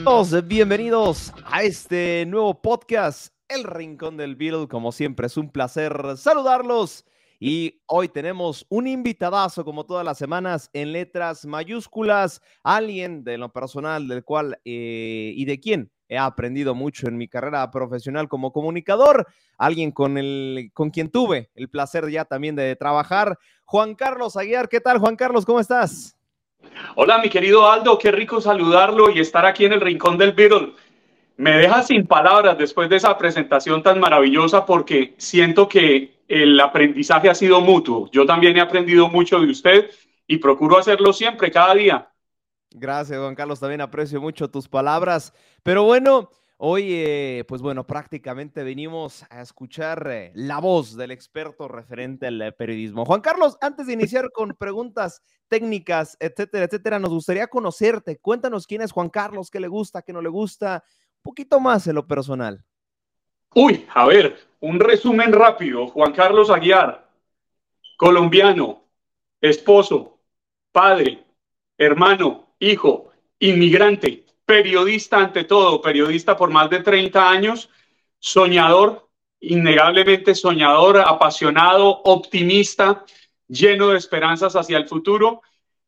Todos bienvenidos a este nuevo podcast, El Rincón del Beatle. Como siempre, es un placer saludarlos. Y hoy tenemos un invitadazo, como todas las semanas, en letras mayúsculas. Alguien de lo personal, del cual y de quien he aprendido mucho en mi carrera profesional como comunicador. Alguien con quien tuve el placer ya también de trabajar. Juan Carlos Aguiar. ¿Qué tal, Juan Carlos? ¿Cómo estás? Hola, mi querido Aldo, qué rico saludarlo y estar aquí en el Rincón del Beatle. Me deja sin palabras después de esa presentación tan maravillosa porque siento que el aprendizaje ha sido mutuo. Yo también he aprendido mucho de usted y procuro hacerlo siempre, cada día. Gracias, Juan Carlos, también aprecio mucho tus palabras. Pero bueno, hoy, pues bueno, prácticamente venimos a escuchar la voz del experto referente al periodismo. Juan Carlos, antes de iniciar con preguntas técnicas, etcétera, etcétera, nos gustaría conocerte. Cuéntanos quién es Juan Carlos, qué le gusta, qué no le gusta, un poquito más en lo personal. Uy, a ver, un resumen rápido. Juan Carlos Aguiar, colombiano, esposo, padre, hermano, hijo, inmigrante, periodista ante todo, periodista por más de 30 años, soñador, innegablemente soñador, apasionado, optimista, lleno de esperanzas hacia el futuro.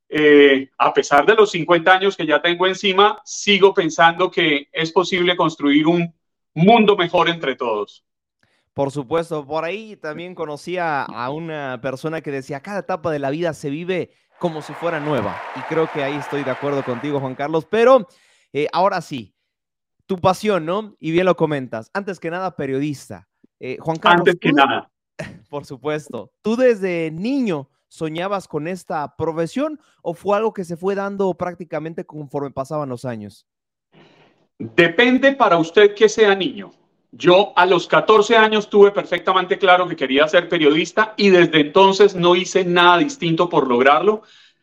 A pesar de los 50 años que ya tengo encima, sigo pensando que es posible construir un mundo mejor entre todos. Por supuesto, por ahí también conocía a una persona que decía, cada etapa de la vida se vive como si fuera nueva. Y creo que ahí estoy de acuerdo contigo, Juan Carlos. Pero ahora sí, tu pasión, ¿no? Y bien lo comentas. Antes que nada, periodista. Juan Carlos, Antes que nada, por supuesto, ¿tú desde niño soñabas con esta profesión o fue algo que se fue dando prácticamente conforme pasaban los años? depende para usted que sea niño. Yo a los 14 años tuve perfectamente claro que quería ser periodista y desde entonces no hice nada distinto por lograrlo.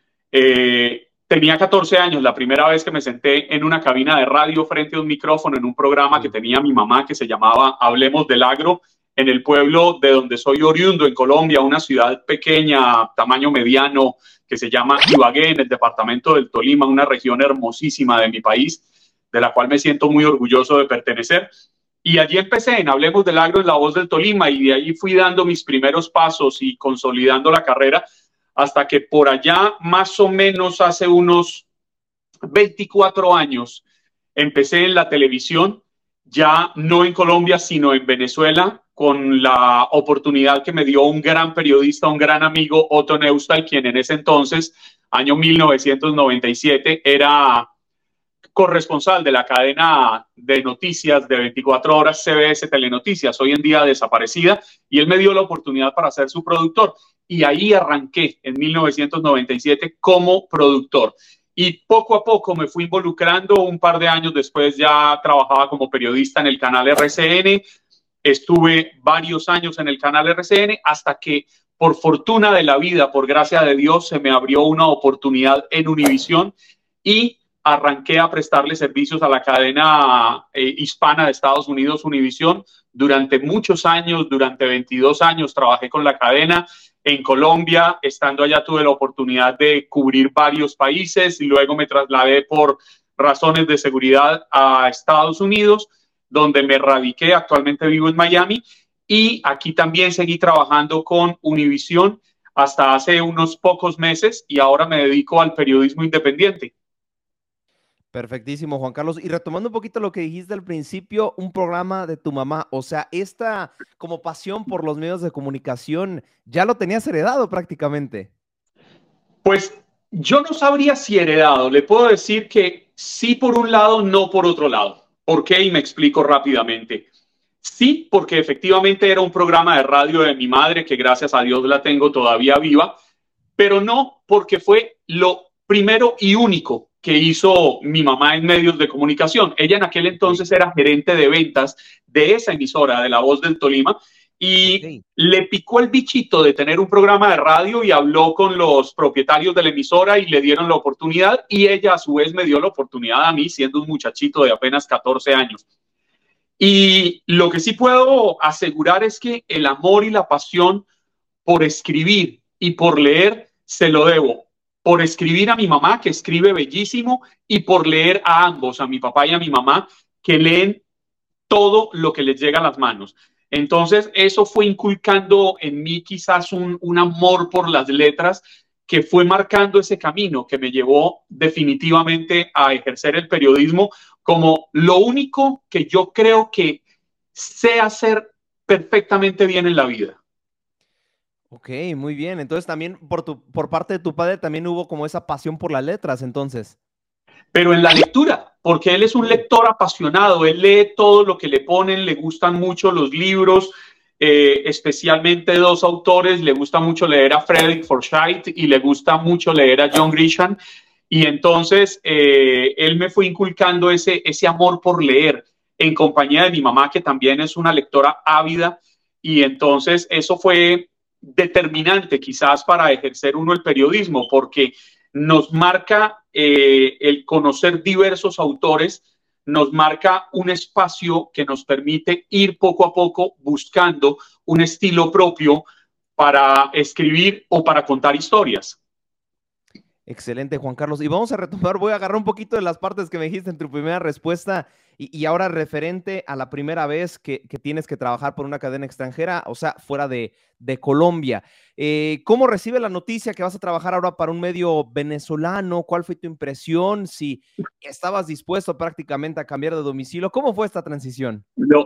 Tenía 14 años la primera vez que me senté en una cabina de radio frente a un micrófono en un programa que tenía mi mamá que se llamaba Hablemos del Agro en el pueblo de donde soy oriundo, en Colombia, una ciudad pequeña, tamaño mediano, que se llama Ibagué, en el departamento del Tolima, una región hermosísima de mi país, de la cual me siento muy orgulloso de pertenecer. Y allí empecé en Hablemos del Agro en La Voz del Tolima y de ahí fui dando mis primeros pasos y consolidando la carrera hasta que por allá, más o menos hace unos 24 años, empecé en la televisión, ya no en Colombia, sino en Venezuela, con la oportunidad que me dio un gran periodista, un gran amigo, Otto Neustad, quien en ese entonces, año 1997, era corresponsal de la cadena de noticias de 24 horas CBS Telenoticias, hoy en día desaparecida, y él me dio la oportunidad para ser su productor. Y ahí arranqué en 1997 como productor. Y poco a poco me fui involucrando, un par de años después ya trabajaba como periodista en el canal RCN, estuve varios años en el canal RCN hasta que por fortuna de la vida, por gracia de Dios, se me abrió una oportunidad en Univisión y arranqué a prestarle servicios a la cadena hispana de Estados Unidos, Univisión. Durante muchos años, durante 22 años, trabajé con la cadena en Colombia. Estando allá tuve la oportunidad de cubrir varios países y luego me trasladé por razones de seguridad a Estados Unidos, donde me radiqué. Actualmente vivo en Miami y aquí también seguí trabajando con Univisión hasta hace unos pocos meses y ahora me dedico al periodismo independiente. Perfectísimo, Juan Carlos. Y retomando un poquito lo que dijiste al principio, un programa de tu mamá, o sea, esta como pasión por los medios de comunicación, ya lo tenías heredado prácticamente. Pues yo no sabría si heredado, le puedo decir que sí por un lado, no por otro lado. ¿Por qué? Y me explico rápidamente. Sí, porque efectivamente era un programa de radio de mi madre, que gracias a Dios la tengo todavía viva, pero no porque fue lo primero y único que hizo mi mamá en medios de comunicación. Ella en aquel entonces era gerente de ventas de esa emisora, de La Voz del Tolima, y Ok. le picó el bichito de tener un programa de radio y habló con los propietarios de la emisora y le dieron la oportunidad y ella a su vez me dio la oportunidad a mí siendo un muchachito de apenas 14 años. Y lo que sí puedo asegurar es que el amor y la pasión por escribir y por leer se lo debo por escribir a mi mamá, que escribe bellísimo, y por leer a ambos, a mi papá y a mi mamá, que leen todo lo que les llega a las manos. Entonces, eso fue inculcando en mí quizás un amor por las letras que fue marcando ese camino que me llevó definitivamente a ejercer el periodismo como lo único que yo creo que sé hacer perfectamente bien en la vida. Ok, muy bien. Entonces también por parte de tu padre también hubo como esa pasión por las letras, entonces. Pero en la lectura, porque él es un lector apasionado, él lee todo lo que le ponen, le gustan mucho los libros, especialmente dos autores, le gusta mucho leer a Frederick Forsyth y le gusta mucho leer a John Grisham, y entonces él me fue inculcando ese amor por leer en compañía de mi mamá, que también es una lectora ávida, y entonces eso fue determinante quizás para ejercer uno el periodismo, porque nos marca el conocer diversos autores, nos marca un espacio que nos permite ir poco a poco buscando un estilo propio para escribir o para contar historias. Excelente, Juan Carlos. Y vamos a retomar, voy a agarrar un poquito de las partes que me dijiste en tu primera respuesta y ahora referente a la primera vez que tienes que trabajar por una cadena extranjera, o sea, fuera de Colombia. ¿Cómo recibe la noticia que vas a trabajar ahora para un medio venezolano? ¿Cuál fue tu impresión? Si estabas dispuesto prácticamente a cambiar de domicilio, ¿cómo fue esta transición?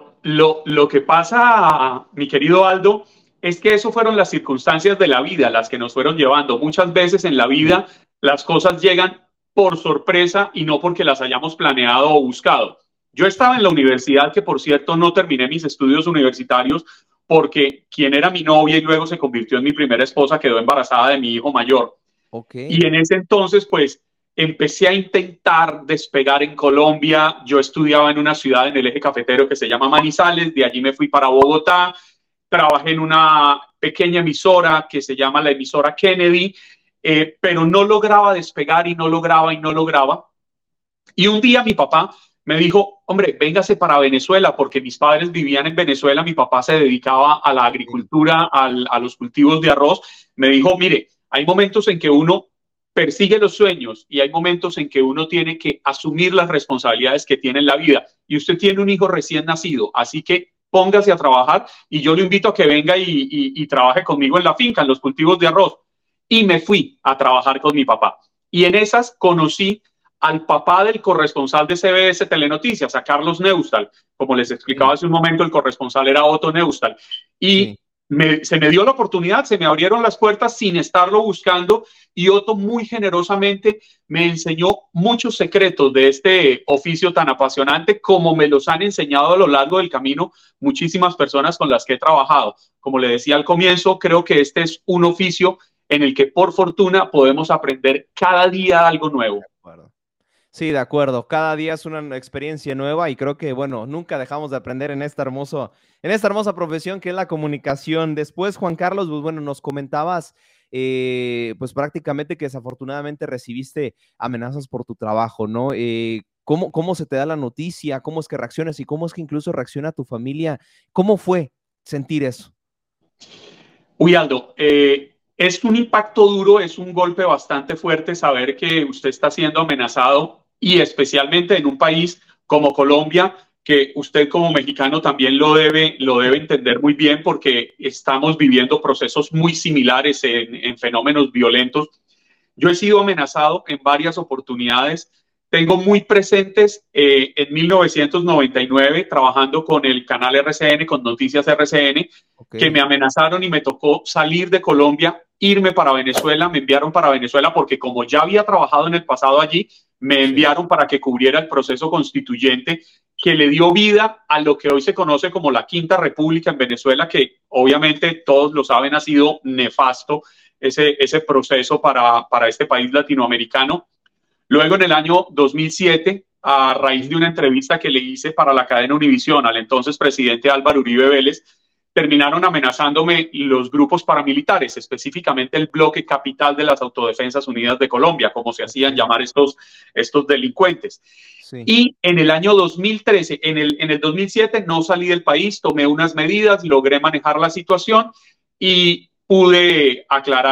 Lo que pasa, mi querido Aldo, es que eso fueron las circunstancias de la vida las que nos fueron llevando. Muchas veces en la vida las cosas llegan por sorpresa y no porque las hayamos planeado o buscado. Yo estaba en la universidad, que por cierto no terminé mis estudios universitarios porque quien era mi novia y luego se convirtió en mi primera esposa quedó embarazada de mi hijo mayor. Ok. Y en ese entonces, pues, empecé a intentar despegar en Colombia. Yo estudiaba en una ciudad en el eje cafetero que se llama Manizales, de allí me fui para Bogotá, trabajé en una pequeña emisora que se llama la emisora Kennedy, pero no lograba despegar y no lograba y no lograba. Y un día mi papá me dijo, hombre, véngase para Venezuela, porque mis padres vivían en Venezuela, mi papá se dedicaba a la agricultura, a los cultivos de arroz. Me dijo, mire, hay momentos en que uno persigue los sueños y hay momentos en que uno tiene que asumir las responsabilidades que tiene en la vida. Y usted tiene un hijo recién nacido, así que póngase a trabajar y yo lo invito a que venga y trabaje conmigo en la finca, en los cultivos de arroz. Y me fui a trabajar con mi papá. Y en esas conocí al papá del corresponsal de CBS Telenoticias, a Carlos Neustad. Como les explicaba hace un momento, el corresponsal era Otto Neustad. Y se me dio la oportunidad, se me abrieron las puertas sin estarlo buscando, y Otto muy generosamente me enseñó muchos secretos de este oficio tan apasionante, como me los han enseñado a lo largo del camino muchísimas personas con las que he trabajado. Como le decía al comienzo, creo que este es un oficio en el que por fortuna podemos aprender cada día algo nuevo. Sí, de acuerdo. Cada día es una experiencia nueva y creo que, bueno, nunca dejamos de aprender en esta hermosa profesión que es la comunicación. Después, Juan Carlos, pues bueno, nos comentabas, pues prácticamente que desafortunadamente recibiste amenazas por tu trabajo, ¿no? ¿Cómo se te da la noticia? ¿Cómo es que reaccionas? ¿Y cómo es que incluso reacciona tu familia? ¿Cómo fue sentir eso? Uy, Aldo, es un impacto duro, es un golpe bastante fuerte saber que usted está siendo amenazado, y especialmente en un país como Colombia, que usted como mexicano también lo debe entender muy bien, porque estamos viviendo procesos muy similares en fenómenos violentos. Yo he sido amenazado en varias oportunidades. Tengo muy presentes en 1999, trabajando con el canal RCN, con Noticias RCN, que me amenazaron y me tocó salir de Colombia, irme para Venezuela. Me enviaron para Venezuela porque, como ya había trabajado en el pasado allí, me enviaron para que cubriera el proceso constituyente que le dio vida a lo que hoy se conoce como la Quinta República en Venezuela, que obviamente todos lo saben ha sido nefasto ese proceso para este país latinoamericano. Luego, en el año 2007, a raíz de una entrevista que le hice para la cadena Univisión al entonces presidente Álvaro Uribe Vélez, terminaron amenazándome los grupos paramilitares, específicamente el Bloque Capital de las Autodefensas Unidas de Colombia, como se hacían llamar estos delincuentes. Sí. Y en el año 2013, en el 2007, no salí del país, tomé unas medidas, logré manejar la situación y pude aclarar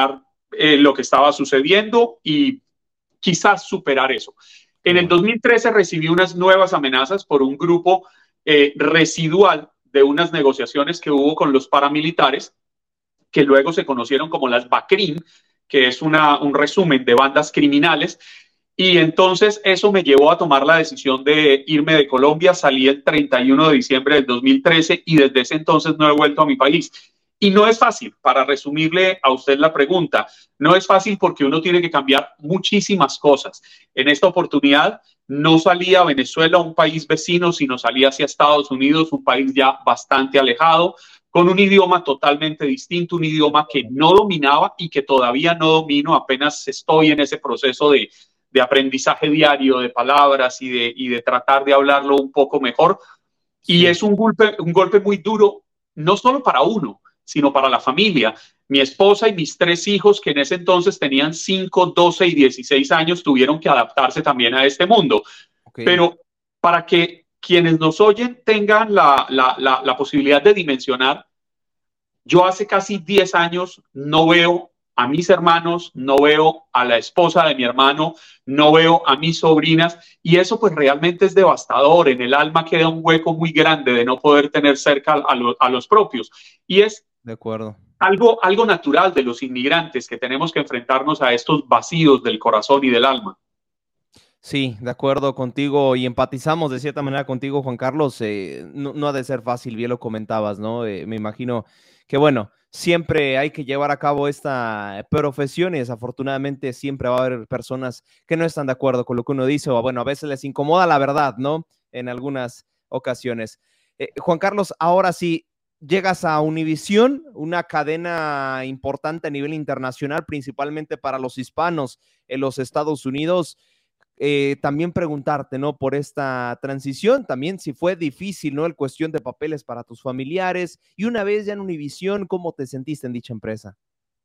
lo que estaba sucediendo y quizás superar eso. En el 2013 recibí unas nuevas amenazas por un grupo residual de unas negociaciones que hubo con los paramilitares, que luego se conocieron como las BACRIM, que es un resumen de bandas criminales. Y entonces eso me llevó a tomar la decisión de irme de Colombia. Salí el 31 de diciembre del 2013 y desde ese entonces no he vuelto a mi país. Y no es fácil, para resumirle a usted la pregunta, no es fácil porque uno tiene que cambiar muchísimas cosas. En esta oportunidad no salí a Venezuela, un país vecino, sino salí hacia Estados Unidos, un país ya bastante alejado, con un idioma totalmente distinto, un idioma que no dominaba y que todavía no domino, apenas estoy en ese proceso de aprendizaje diario de palabras y de tratar de hablarlo un poco mejor. Y es un golpe muy duro, no solo para uno, sino para la familia. Mi esposa y mis 3 hijos, que en ese entonces tenían 5, 12 y 16 años, tuvieron que adaptarse también a este mundo. Pero para que quienes nos oyen tengan la posibilidad de dimensionar, yo hace casi 10 años no veo a mis hermanos, no veo a la esposa de mi hermano, no veo a mis sobrinas, y eso pues realmente es devastador. En el alma queda un hueco muy grande de no poder tener cerca a los propios. Y es de acuerdo. Algo natural de los inmigrantes, que tenemos que enfrentarnos a estos vacíos del corazón y del alma. Sí, de acuerdo contigo y empatizamos de cierta manera contigo, Juan Carlos. No ha de ser fácil, bien lo comentabas, ¿no? Me imagino que, bueno, siempre hay que llevar a cabo esta profesión y desafortunadamente siempre va a haber personas que no están de acuerdo con lo que uno dice o, bueno, a veces les incomoda la verdad, ¿no? En algunas ocasiones. Juan Carlos, ahora sí, llegas a Univisión, una cadena importante a nivel internacional, principalmente para los hispanos en los Estados Unidos. También preguntarte, ¿no? Por esta transición, también si fue difícil, ¿no? El cuestión de papeles para tus familiares y una vez ya en Univisión, ¿cómo te sentiste en dicha empresa?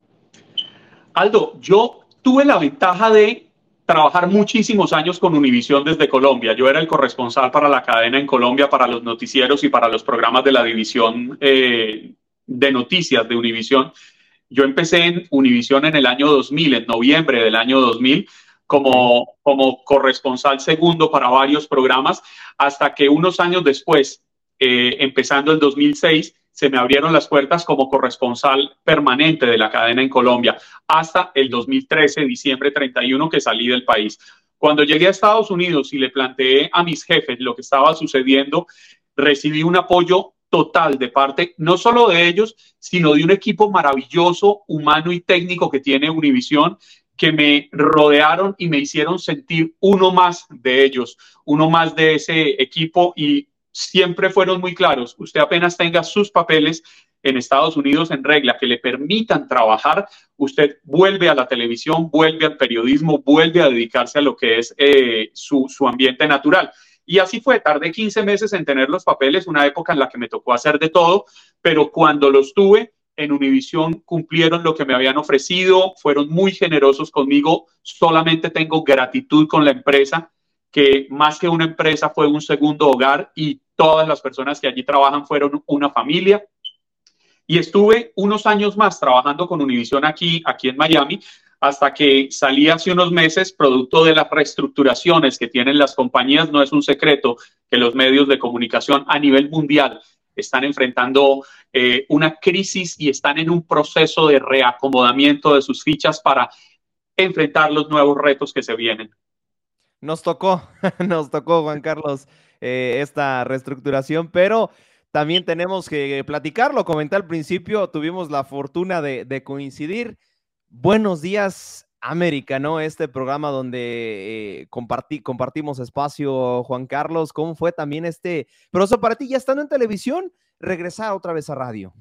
Aldo, yo tuve la ventaja de trabajar muchísimos años con Univisión desde Colombia. Yo era el corresponsal para la cadena en Colombia, para los noticieros y para los programas de la división de noticias de Univisión. Yo empecé en Univisión en el año 2000, en noviembre del año 2000, como corresponsal segundo para varios programas, hasta que unos años después, empezando el 2006, se me abrieron las puertas como corresponsal permanente de la cadena en Colombia, hasta el 2013, diciembre 31, que salí del país. Cuando llegué a Estados Unidos y le planteé a mis jefes lo que estaba sucediendo, recibí un apoyo total de parte, no solo de ellos, sino de un equipo maravilloso, humano y técnico que tiene Univisión, que me rodearon y me hicieron sentir uno más de ellos, uno más de ese equipo, y siempre fueron muy claros: usted apenas tenga sus papeles en Estados Unidos en regla, que le permitan trabajar, usted vuelve a la televisión, vuelve al periodismo, vuelve a dedicarse a lo que es su ambiente natural. Y así fue, tardé 15 meses en tener los papeles, una época en la que me tocó hacer de todo, pero cuando los tuve en Univisión cumplieron lo que me habían ofrecido, fueron muy generosos conmigo, solamente tengo gratitud con la empresa, que más que una empresa fue un segundo hogar, y todas las personas que allí trabajan fueron una familia. Y estuve unos años más trabajando con Univisión aquí en Miami, hasta que salí hace unos meses, producto de las reestructuraciones que tienen las compañías. No es un secreto que los medios de comunicación a nivel mundial están enfrentando una crisis y están en un proceso de reacomodamiento de sus fichas para enfrentar los nuevos retos que se vienen. Nos tocó, Juan Carlos, esta reestructuración, pero también tenemos que platicarlo. Comenté al principio, tuvimos la fortuna de coincidir. Buenos días, América, ¿no? Este programa donde compartimos espacio, Juan Carlos. ¿Cómo fue también este proceso para ti, ya estando en televisión, regresar otra vez a radio?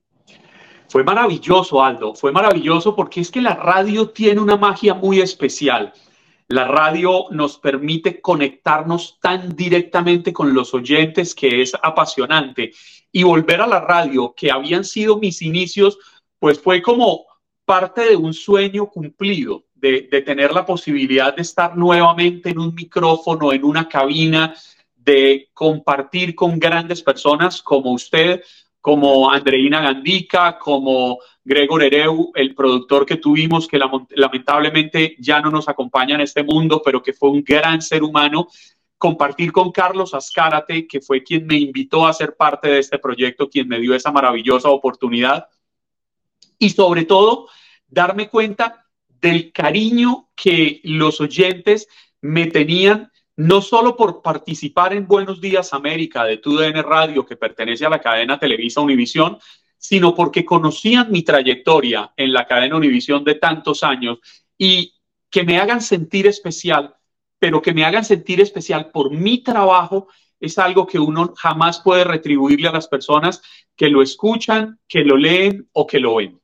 Fue maravilloso, Aldo, fue maravilloso, porque es que la radio tiene una magia muy especial. La radio nos permite conectarnos tan directamente con los oyentes, que es apasionante. Y volver a la radio, que habían sido mis inicios, pues fue como parte de un sueño cumplido, de tener la posibilidad de estar nuevamente en un micrófono, en una cabina, de compartir con grandes personas como usted, como Andreina Gandica, como Gregor Ereu, el productor que tuvimos, que lamentablemente ya no nos acompaña en este mundo, pero que fue un gran ser humano. Compartir con Carlos Azcárate, que fue quien me invitó a ser parte de este proyecto, quien me dio esa maravillosa oportunidad. Y sobre todo, darme cuenta del cariño que los oyentes me tenían, no solo por participar en Buenos Días América de TUDN Radio, que pertenece a la cadena Televisa Univisión, sino porque conocían mi trayectoria en la cadena Univisión de tantos años y que me hagan sentir especial, pero que me hagan sentir especial por mi trabajo, es algo que uno jamás puede retribuirle a las personas que lo escuchan, que lo leen o que lo ven.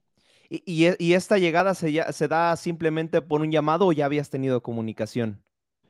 ¿Y esta llegada se da simplemente por un llamado o ya habías tenido comunicación?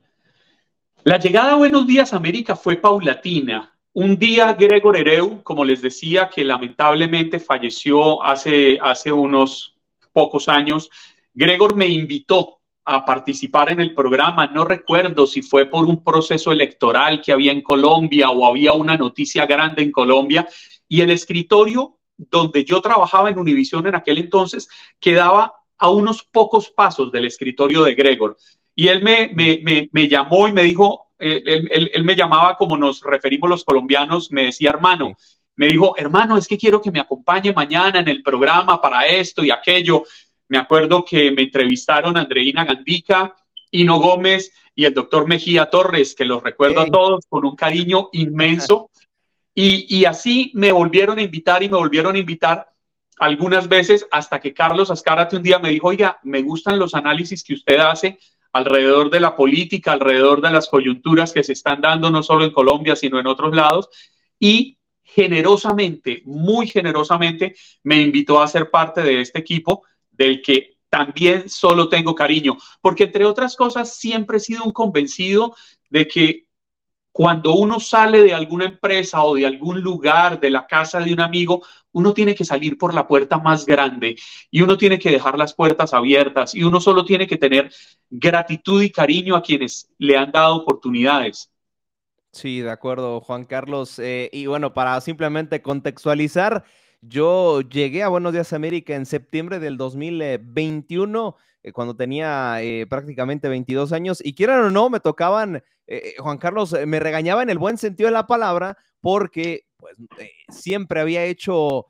La llegada a Buenos Días América fue paulatina. Un día Gregor Ereu, como les decía, que lamentablemente falleció hace unos pocos años, Gregor me invitó a participar en el programa. No recuerdo si fue por un proceso electoral que había en Colombia o había una noticia grande en Colombia, y el escritorio donde yo trabajaba en Univisión en aquel entonces quedaba a unos pocos pasos del escritorio de Gregor. Y él me llamó y me dijo, él me llamaba como nos referimos los colombianos, me decía hermano, me dijo, hermano, es que quiero que me acompañe mañana en el programa para esto y aquello. Me acuerdo que me entrevistaron Andreina Gandica, Hino Gómez y el doctor Mejía Torres, que los recuerdo a todos con un cariño inmenso. Y así me volvieron a invitar y me volvieron a invitar algunas veces hasta que Carlos Azcárate un día me dijo, oiga, me gustan los análisis que usted hace alrededor de la política, alrededor de las coyunturas que se están dando no solo en Colombia, sino en otros lados. Y generosamente, muy generosamente, me invitó a ser parte de este equipo del que también solo tengo cariño. Porque entre otras cosas, siempre he sido un convencido de que cuando uno sale de alguna empresa o de algún lugar, de la casa de un amigo, uno tiene que salir por la puerta más grande y uno tiene que dejar las puertas abiertas y uno solo tiene que tener gratitud y cariño a quienes le han dado oportunidades. Sí, de acuerdo, Juan Carlos. Y bueno, para simplemente contextualizar, yo llegué a Buenos Días América en septiembre del 2021, cuando tenía prácticamente 22 años, y quieran o no, me tocaban, Juan Carlos, me regañaba en el buen sentido de la palabra, porque pues, siempre había hecho,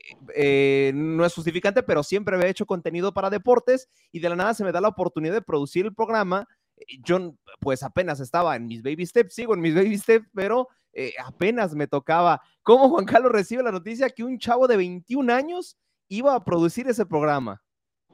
no es justificante, pero siempre había hecho contenido para deportes, y de la nada se me da la oportunidad de producir el programa. Yo pues apenas estaba en mis baby steps, sigo en mis baby steps, pero apenas me tocaba. ¿Cómo Juan Carlos recibe la noticia que un chavo de 21 años iba a producir ese programa?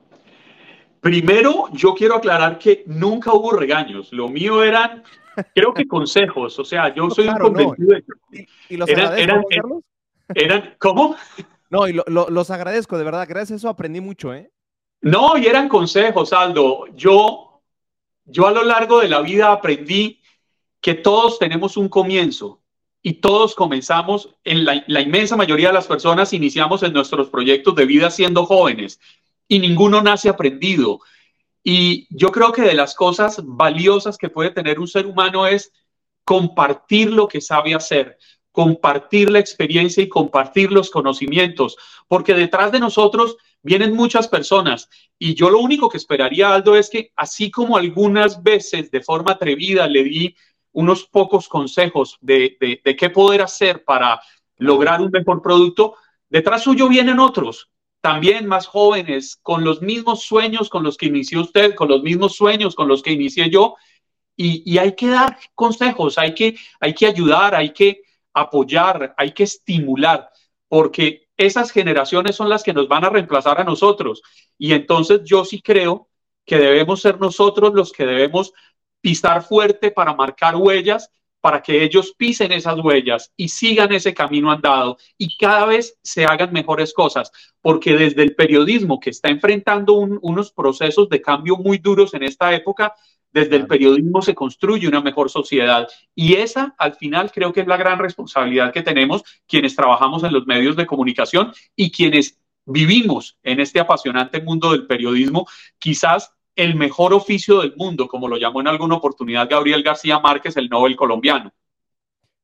Primero, yo quiero aclarar que nunca hubo regaños. Lo mío eran, creo que consejos. O sea, yo soy un convencido de que... ¿Y los agradezco, Juan Carlos? ¿Cómo? No, y los agradezco, de verdad. Gracias a eso aprendí mucho, ¿eh? No, y eran consejos, Aldo. Yo a lo largo de la vida aprendí que todos tenemos un comienzo y todos comenzamos, en la inmensa mayoría de las personas iniciamos en nuestros proyectos de vida siendo jóvenes y ninguno nace aprendido. Y yo creo que de las cosas valiosas que puede tener un ser humano es compartir lo que sabe hacer, compartir la experiencia y compartir los conocimientos, porque detrás de nosotros vienen muchas personas y yo lo único que esperaría, Aldo, es que así como algunas veces de forma atrevida le di unos pocos consejos de qué poder hacer para lograr un mejor producto, detrás suyo vienen otros, también más jóvenes, con los mismos sueños con los que inició usted, con los mismos sueños con los que inicié yo, y hay que dar consejos, hay que ayudar, hay que apoyar, hay que estimular, porque esas generaciones son las que nos van a reemplazar a nosotros. Y entonces yo sí creo que debemos ser nosotros los que debemos pisar fuerte para marcar huellas, para que ellos pisen esas huellas y sigan ese camino andado y cada vez se hagan mejores cosas, porque desde el periodismo que está enfrentando unos procesos de cambio muy duros en esta época, desde el periodismo se construye una mejor sociedad y esa al final creo que es la gran responsabilidad que tenemos quienes trabajamos en los medios de comunicación y quienes vivimos en este apasionante mundo del periodismo, quizás el mejor oficio del mundo, como lo llamó en alguna oportunidad Gabriel García Márquez, el Nobel colombiano.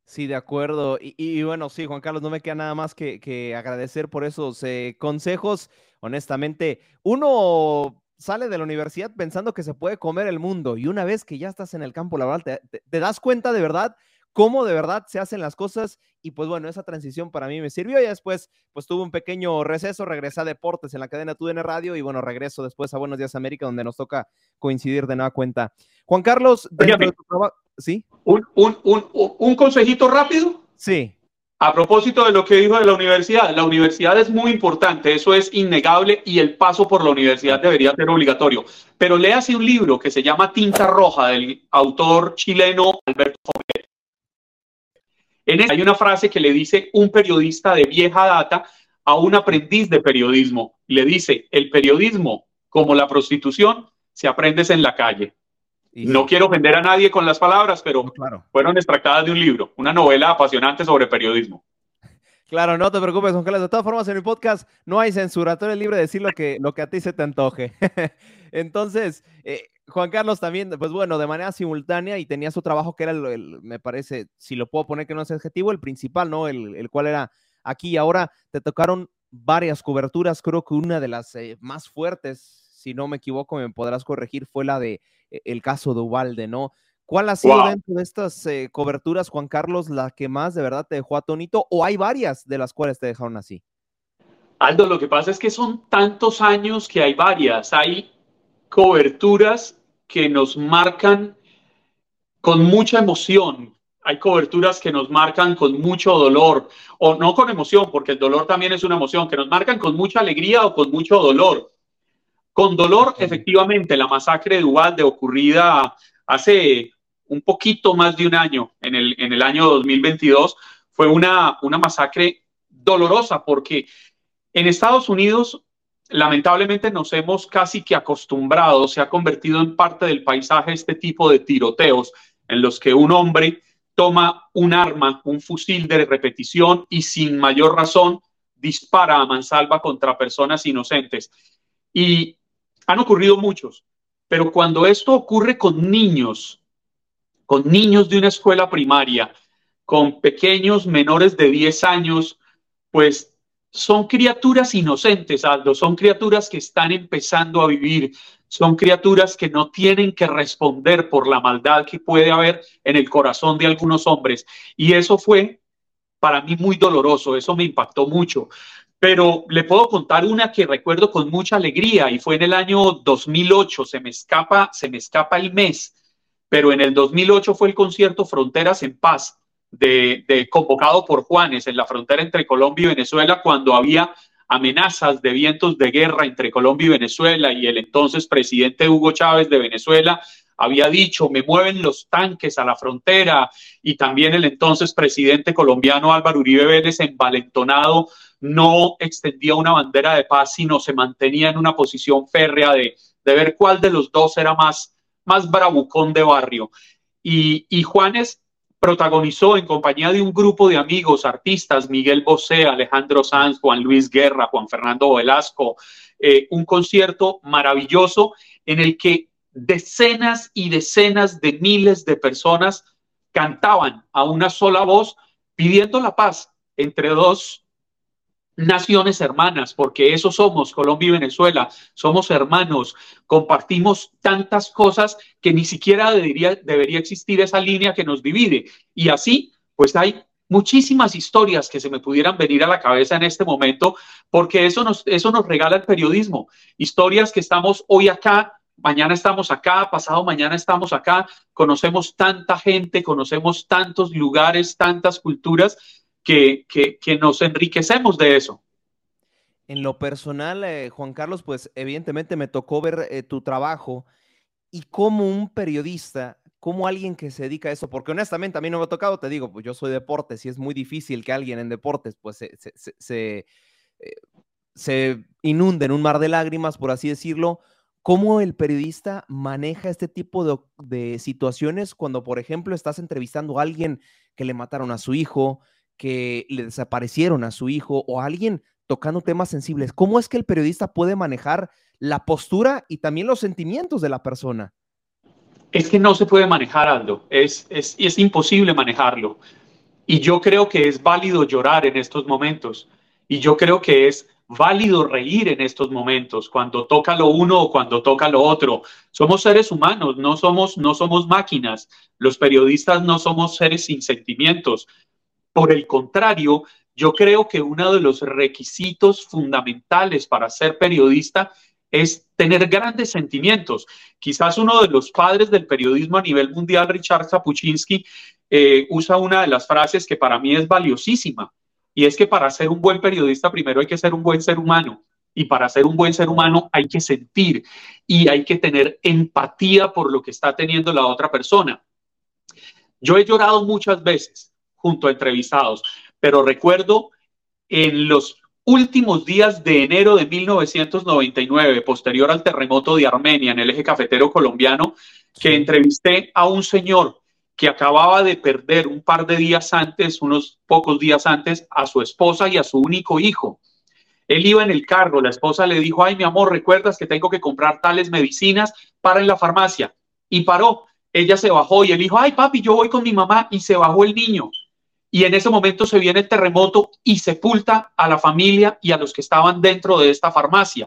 Sí, de acuerdo. Y bueno, sí, Juan Carlos, no me queda nada más que agradecer por esos consejos. Honestamente, uno sale de la universidad pensando que se puede comer el mundo y una vez que ya estás en el campo laboral, te das cuenta de verdad cómo de verdad se hacen las cosas y pues bueno, esa transición para mí me sirvió y después pues tuve un pequeño receso, regresé a deportes en la cadena TUDN Radio y bueno, regreso después a Buenos Días América donde nos toca coincidir de nueva cuenta. Juan Carlos, dentro de Óyeme, tu trabajo, ¿sí? un consejito rápido. Sí. A propósito de lo que dijo de la universidad es muy importante, eso es innegable y el paso por la universidad debería ser obligatorio. Pero léase un libro que se llama Tinta Roja del autor chileno Alberto Foguet. En ese hay una frase que le dice un periodista de vieja data a un aprendiz de periodismo. Le dice, el periodismo, como la prostitución, se aprende en la calle. Y No sí, quiero ofender a nadie con las palabras, no, pero claro. fueron extractadas de un libro, una novela apasionante sobre periodismo. Claro, no te preocupes, Juan Carlos. De todas formas, en mi podcast no hay censura. Tú eres libre de decir lo que a ti se te antoje. Entonces, Juan Carlos también, pues bueno, de manera simultánea y tenía su trabajo que era, me parece, si lo puedo poner que no es adjetivo, el principal, ¿no? El cual era aquí y ahora. Te tocaron varias coberturas. Creo que una de las más fuertes, si no me equivoco, me podrás corregir, fue la de el caso de Ubalde, ¿no? ¿Cuál ha sido Wow. dentro de estas coberturas, Juan Carlos, la que más de verdad te dejó atónito? ¿O hay varias de las cuales te dejaron así? Aldo, lo que pasa es que son tantos años que hay varias, hay coberturas que nos marcan con mucha emoción, hay coberturas que nos marcan con mucho dolor, o no con emoción, porque el dolor también es una emoción, que nos marcan con mucha alegría o con mucho dolor. Con De dolor, acuerdo. efectivamente, la masacre de Uvalde ocurrida hace un poquito más de un año, en el año 2022, fue una masacre dolorosa porque en Estados Unidos, lamentablemente nos hemos casi que acostumbrado, se ha convertido en parte del paisaje este tipo de tiroteos en los que un hombre toma un arma, un fusil de repetición y sin mayor razón dispara a mansalva contra personas inocentes. Y han ocurrido muchos, pero cuando esto ocurre con niños de una escuela primaria, con pequeños menores de 10 años, pues son criaturas inocentes, Aldo, son criaturas que están empezando a vivir, son criaturas que no tienen que responder por la maldad que puede haber en el corazón de algunos hombres. Y eso fue para mí muy doloroso, eso me impactó mucho. Pero le puedo contar una que recuerdo con mucha alegría y fue en el año 2008, se me escapa el mes, pero en el 2008 fue el concierto Fronteras en Paz, convocado por Juanes en la frontera entre Colombia y Venezuela, cuando había amenazas de vientos de guerra entre Colombia y Venezuela, y el entonces presidente Hugo Chávez de Venezuela había dicho, me mueven los tanques a la frontera, y también el entonces presidente colombiano Álvaro Uribe Vélez, envalentonado, no extendía una bandera de paz, sino se mantenía en una posición férrea de ver cuál de los dos era más bravucón de barrio. Y Juanes protagonizó en compañía de un grupo de amigos, artistas, Miguel Bosé, Alejandro Sanz, Juan Luis Guerra, Juan Fernando Velasco, un concierto maravilloso en el que decenas y decenas de miles de personas cantaban a una sola voz pidiendo la paz entre dos naciones hermanas, porque eso somos, Colombia y Venezuela, somos hermanos, compartimos tantas cosas que ni siquiera debería existir esa línea que nos divide. Y así, pues hay muchísimas historias que se me pudieran venir a la cabeza en este momento, porque eso nos regala el periodismo, historias que estamos hoy acá, mañana estamos acá, pasado mañana estamos acá, conocemos tanta gente, conocemos tantos lugares, tantas culturas, que nos enriquecemos de eso. En lo personal, Juan Carlos, pues evidentemente me tocó ver tu trabajo y como un periodista, como alguien que se dedica a eso, porque honestamente a mí no me ha tocado, te digo, pues yo soy deportes y es muy difícil que alguien en deportes pues eh, se inunde en un mar de lágrimas, por así decirlo. ¿Cómo el periodista maneja este tipo de situaciones cuando, por ejemplo, estás entrevistando a alguien que le mataron a su hijo, que le desaparecieron a su hijo o a alguien tocando temas sensibles? ¿Cómo es que el periodista puede manejar la postura y también los sentimientos de la persona? Es que no se puede manejar, Aldo, es imposible manejarlo. Y yo creo que es válido llorar en estos momentos. Y yo creo que es válido reír en estos momentos, cuando toca lo uno o cuando toca lo otro. Somos seres humanos, no somos máquinas. Los periodistas no somos seres sin sentimientos. Por el contrario, yo creo que uno de los requisitos fundamentales para ser periodista es tener grandes sentimientos. Quizás uno de los padres del periodismo a nivel mundial, Richard Sapuchinsky, usa una de las frases que para mí es valiosísima, y es que para ser un buen periodista primero hay que ser un buen ser humano, y para ser un buen ser humano hay que sentir y hay que tener empatía por lo que está teniendo la otra persona. Yo he llorado muchas veces junto a entrevistados, pero recuerdo en los últimos días de enero de 1999, posterior al terremoto de Armenia en el eje cafetero colombiano, que entrevisté a un señor que acababa de perder un par de días antes, unos pocos días antes, a su esposa y a su único hijo. Él iba en el carro, la esposa le dijo, ay, mi amor, ¿recuerdas que tengo que comprar tales medicinas para en la farmacia? Y paró, ella se bajó y él dijo, ay, papi, yo voy con mi mamá, y se bajó el niño. Y en ese momento se viene el terremoto y sepulta a la familia y a los que estaban dentro de esta farmacia.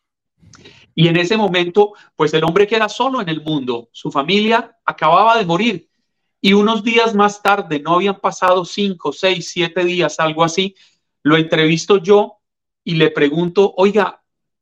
Y en ese momento, pues el hombre queda solo en el mundo. Su familia acababa de morir. Y unos días más tarde, no habían pasado 5, 6, 7 días, algo así, lo entrevisto yo y le pregunto, oiga,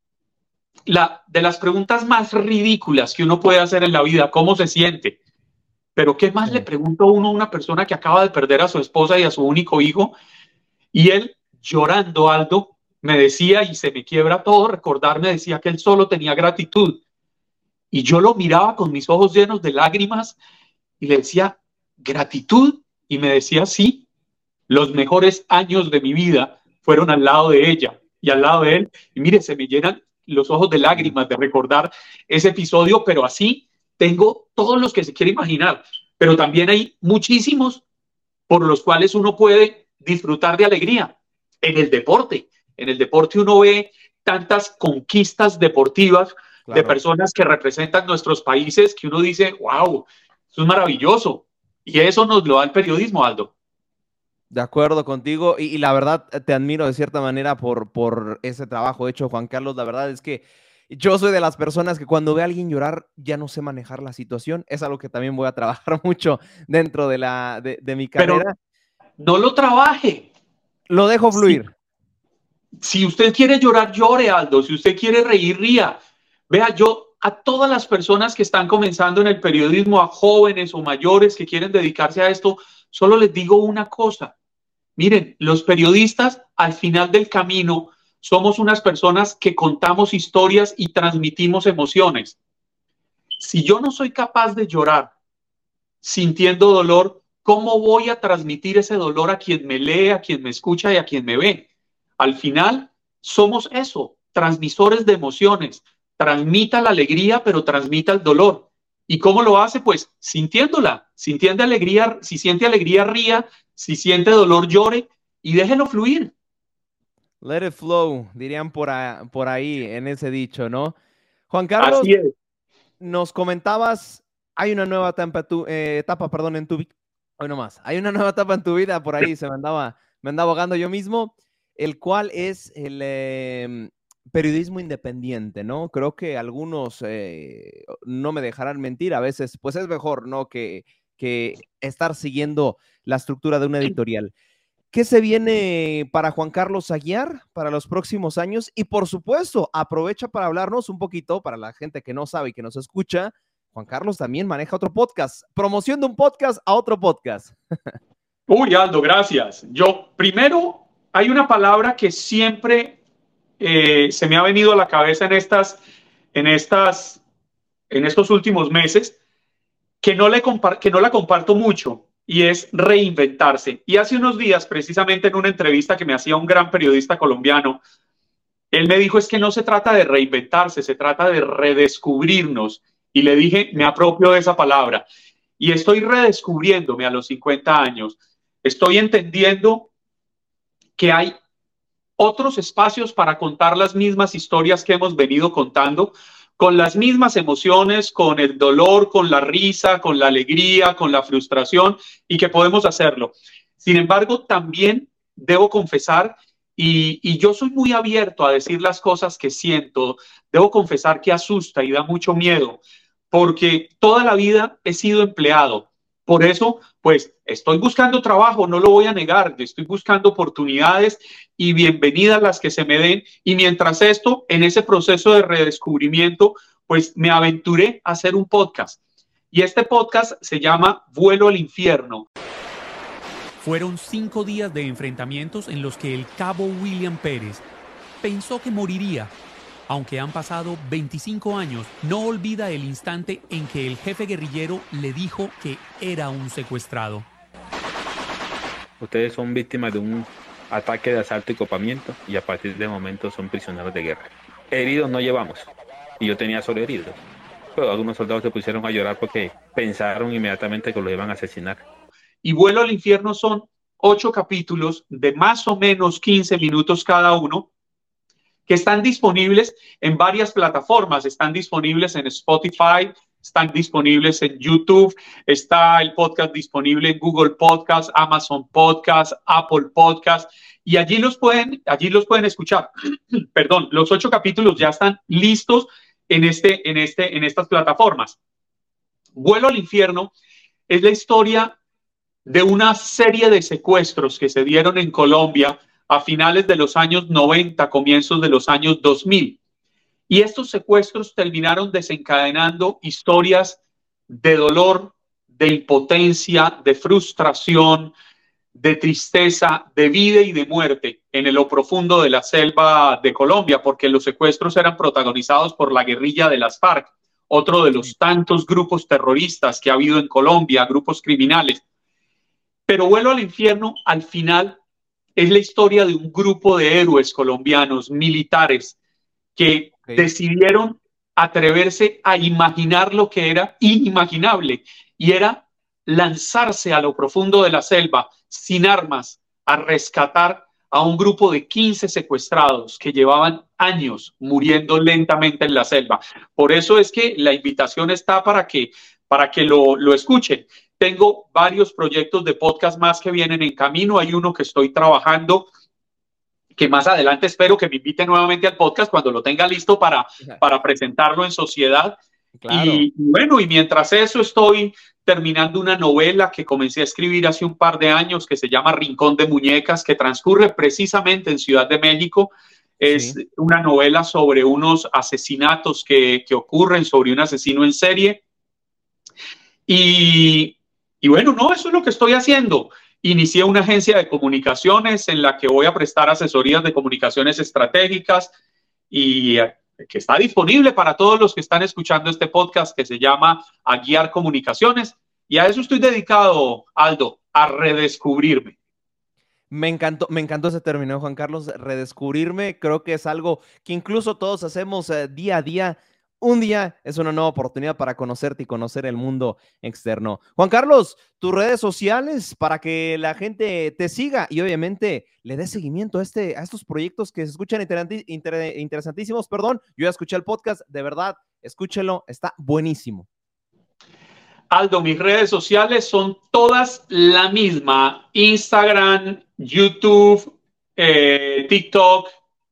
de las preguntas más ridículas que uno puede hacer en la vida, ¿cómo se siente? Pero ¿qué más le pregunto uno a una persona que acaba de perder a su esposa y a su único hijo? Y él, llorando, Aldo, me decía, y se me quiebra todo recordar, me decía que él solo tenía gratitud. Y yo lo miraba con mis ojos llenos de lágrimas y le decía, ¿gratitud? Y me decía, sí, los mejores años de mi vida fueron al lado de ella y al lado de él. Y mire, se me llenan los ojos de lágrimas de recordar ese episodio, pero así tengo todos los que se quiere imaginar, pero también hay muchísimos por los cuales uno puede disfrutar de alegría. En el deporte uno ve tantas conquistas deportivas de personas que representan nuestros países que uno dice, wow, eso es maravilloso. Y eso nos lo da el periodismo, Aldo. De acuerdo contigo y la verdad te admiro de cierta manera por ese trabajo hecho, Juan Carlos. La verdad es que yo soy de las personas que cuando ve a alguien llorar ya no sé manejar la situación. Es algo que también voy a trabajar mucho dentro de mi carrera. Pero no lo trabaje. Lo dejo fluir. Si usted quiere llorar, llore, Aldo. Si usted quiere reír, ría. Vea, yo a todas las personas que están comenzando en el periodismo, a jóvenes o mayores que quieren dedicarse a esto, solo les digo una cosa. Miren, los periodistas al final del camino somos unas personas que contamos historias y transmitimos emociones. Si yo no soy capaz de llorar sintiendo dolor, ¿cómo voy a transmitir ese dolor a quien me lee, a quien me escucha y a quien me ve? Al final somos eso, transmisores de emociones. Transmita la alegría, pero transmita el dolor. ¿Y cómo lo hace? Pues sintiéndola. Si siente alegría, ría. Si siente dolor, llore y déjelo fluir. Let it flow, dirían por ahí en ese dicho, ¿no? Juan Carlos, así es. Nos comentabas, hay una nueva etapa en tu vida. Hoy nomás, hay una nueva etapa en tu vida, por ahí me andaba ahogando yo mismo, el cual es el periodismo independiente, ¿no? Creo que algunos no me dejarán mentir, a veces pues es mejor, ¿no? Que estar siguiendo la estructura de una editorial. ¿Qué se viene para Juan Carlos Aguiar para los próximos años? Y por supuesto, aprovecha para hablarnos un poquito, para la gente que no sabe y que nos escucha, Juan Carlos también maneja otro podcast, promoción de un podcast a otro podcast. Uy, Aldo, gracias. Yo, primero, hay una palabra que siempre se me ha venido a la cabeza en estos últimos meses, que no la comparto mucho, y es reinventarse. Y hace unos días, precisamente en una entrevista que me hacía un gran periodista colombiano, él me dijo, es que no se trata de reinventarse, se trata de redescubrirnos. Y le dije, me apropio de esa palabra. Y estoy redescubriéndome a los 50 años. Estoy entendiendo que hay otros espacios para contar las mismas historias que hemos venido contando, con las mismas emociones, con el dolor, con la risa, con la alegría, con la frustración, y que podemos hacerlo. Sin embargo, también debo confesar, y yo soy muy abierto a decir las cosas que siento, debo confesar que asusta y da mucho miedo, porque toda la vida he sido empleado. Por eso, pues, estoy buscando trabajo, no lo voy a negar, estoy buscando oportunidades y bienvenidas las que se me den. Y mientras esto, en ese proceso de redescubrimiento, pues me aventuré a hacer un podcast. Y este podcast se llama Vuelo al Infierno. Fueron 5 días de enfrentamientos en los que el cabo William Pérez pensó que moriría. Aunque han pasado 25 años, no olvida el instante en que el jefe guerrillero le dijo que era un secuestrado. Ustedes son víctimas de un ataque de asalto y copamiento y a partir de momento son prisioneros de guerra. Heridos no llevamos y yo tenía solo heridos. Pero algunos soldados se pusieron a llorar porque pensaron inmediatamente que los iban a asesinar. Y Vuelo al Infierno son 8 capítulos de más o menos 15 minutos cada uno, que están disponibles en varias plataformas. Están disponibles en Spotify, están disponibles en YouTube, está el podcast disponible en Google Podcast, Amazon Podcast, Apple Podcast, y allí los pueden escuchar. Perdón, los 8 capítulos ya están listos en estas plataformas. Vuelo al Infierno es la historia de una serie de secuestros que se dieron en Colombia a finales de los años 90, comienzos de los años 2000. Y estos secuestros terminaron desencadenando historias de dolor, de impotencia, de frustración, de tristeza, de vida y de muerte en lo profundo de la selva de Colombia, porque los secuestros eran protagonizados por la guerrilla de las FARC, otro de los tantos grupos terroristas que ha habido en Colombia, grupos criminales. Pero Vuelo al Infierno, al final, es la historia de un grupo de héroes colombianos, militares, que decidieron atreverse a imaginar lo que era inimaginable, y era lanzarse a lo profundo de la selva, sin armas, a rescatar a un grupo de 15 secuestrados que llevaban años muriendo lentamente en la selva. Por eso es que la invitación está para que lo escuchen. Tengo varios proyectos de podcast más que vienen en camino. Hay uno que estoy trabajando, que más adelante espero que me invite nuevamente al podcast cuando lo tenga listo para presentarlo en sociedad. Claro. Y bueno, y mientras eso estoy terminando una novela que comencé a escribir hace un par de años que se llama Rincón de Muñecas, que transcurre precisamente en Ciudad de México. Es una novela sobre unos asesinatos que ocurren, sobre un asesino en serie. Y bueno, no, eso es lo que estoy haciendo. Inicié una agencia de comunicaciones en la que voy a prestar asesorías de comunicaciones estratégicas y que está disponible para todos los que están escuchando este podcast, que se llama Aguiar Comunicaciones. Y a eso estoy dedicado, Aldo, a redescubrirme. Me encantó ese término, Juan Carlos, redescubrirme. Creo que es algo que incluso todos hacemos día a día. Un día es una nueva oportunidad para conocerte y conocer el mundo externo. Juan Carlos, tus redes sociales para que la gente te siga y obviamente le dé seguimiento a estos proyectos que se escuchan interesantísimos. Perdón, yo ya escuché el podcast, de verdad, escúchelo, está buenísimo. Aldo, mis redes sociales son todas la misma: Instagram, YouTube, TikTok,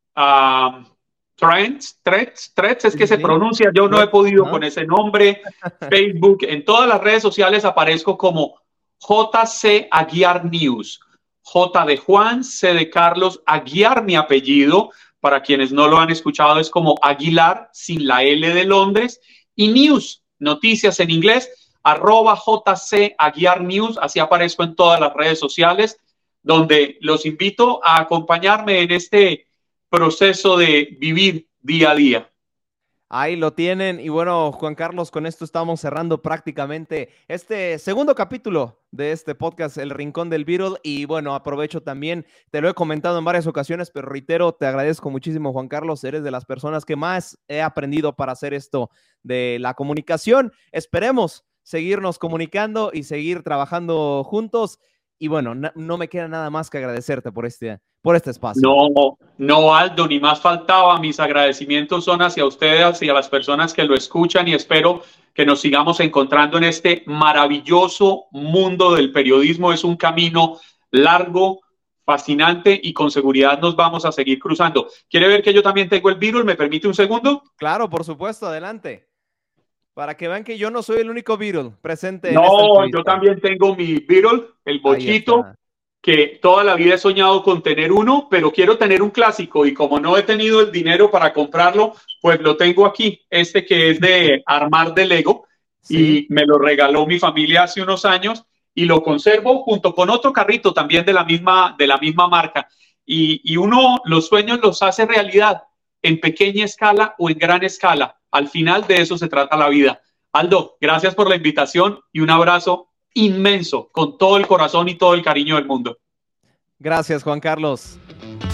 Threads es que se pronuncia, yo no he podido con ese nombre, Facebook. En todas las redes sociales aparezco como JC Aguiar News, J de Juan, C de Carlos, Aguiar mi apellido, para quienes no lo han escuchado es como Aguilar sin la L de Londres, y News, noticias en inglés, @JC Aguiar News, así aparezco en todas las redes sociales, donde los invito a acompañarme en este proceso de vivir día a día. Ahí lo tienen. Y bueno, Juan Carlos, con esto estamos cerrando prácticamente este segundo capítulo de este podcast, El Rincón del Beatle. Y bueno, aprovecho también, te lo he comentado en varias ocasiones, pero reitero, te agradezco muchísimo, Juan Carlos. Eres de las personas que más he aprendido para hacer esto de la comunicación. Esperemos seguirnos comunicando y seguir trabajando juntos. Y bueno, no me queda nada más que agradecerte por este espacio. No, Aldo, ni más faltaba. Mis agradecimientos son hacia ustedes y a las personas que lo escuchan, y espero que nos sigamos encontrando en este maravilloso mundo del periodismo. Es un camino largo, fascinante y con seguridad nos vamos a seguir cruzando. ¿Quiere ver que yo también tengo el Beetle? ¿Me permite un segundo? Claro, por supuesto, adelante. Para que vean que yo no soy el único Beatle presente en esta No, entrevista. yo también tengo mi Beetle, el bochito, que toda la vida he soñado con tener uno, pero quiero tener un clásico y como no he tenido el dinero para comprarlo, pues lo tengo aquí, este que es de armar de Lego, Sí. y me lo regaló mi familia hace unos años y lo conservo junto con otro carrito también de la misma marca. Y uno los sueños los hace realidad en pequeña escala o en gran escala. Al final de eso se trata la vida. Aldo, gracias por la invitación y un abrazo inmenso, con todo el corazón y todo el cariño del mundo. Gracias, Juan Carlos.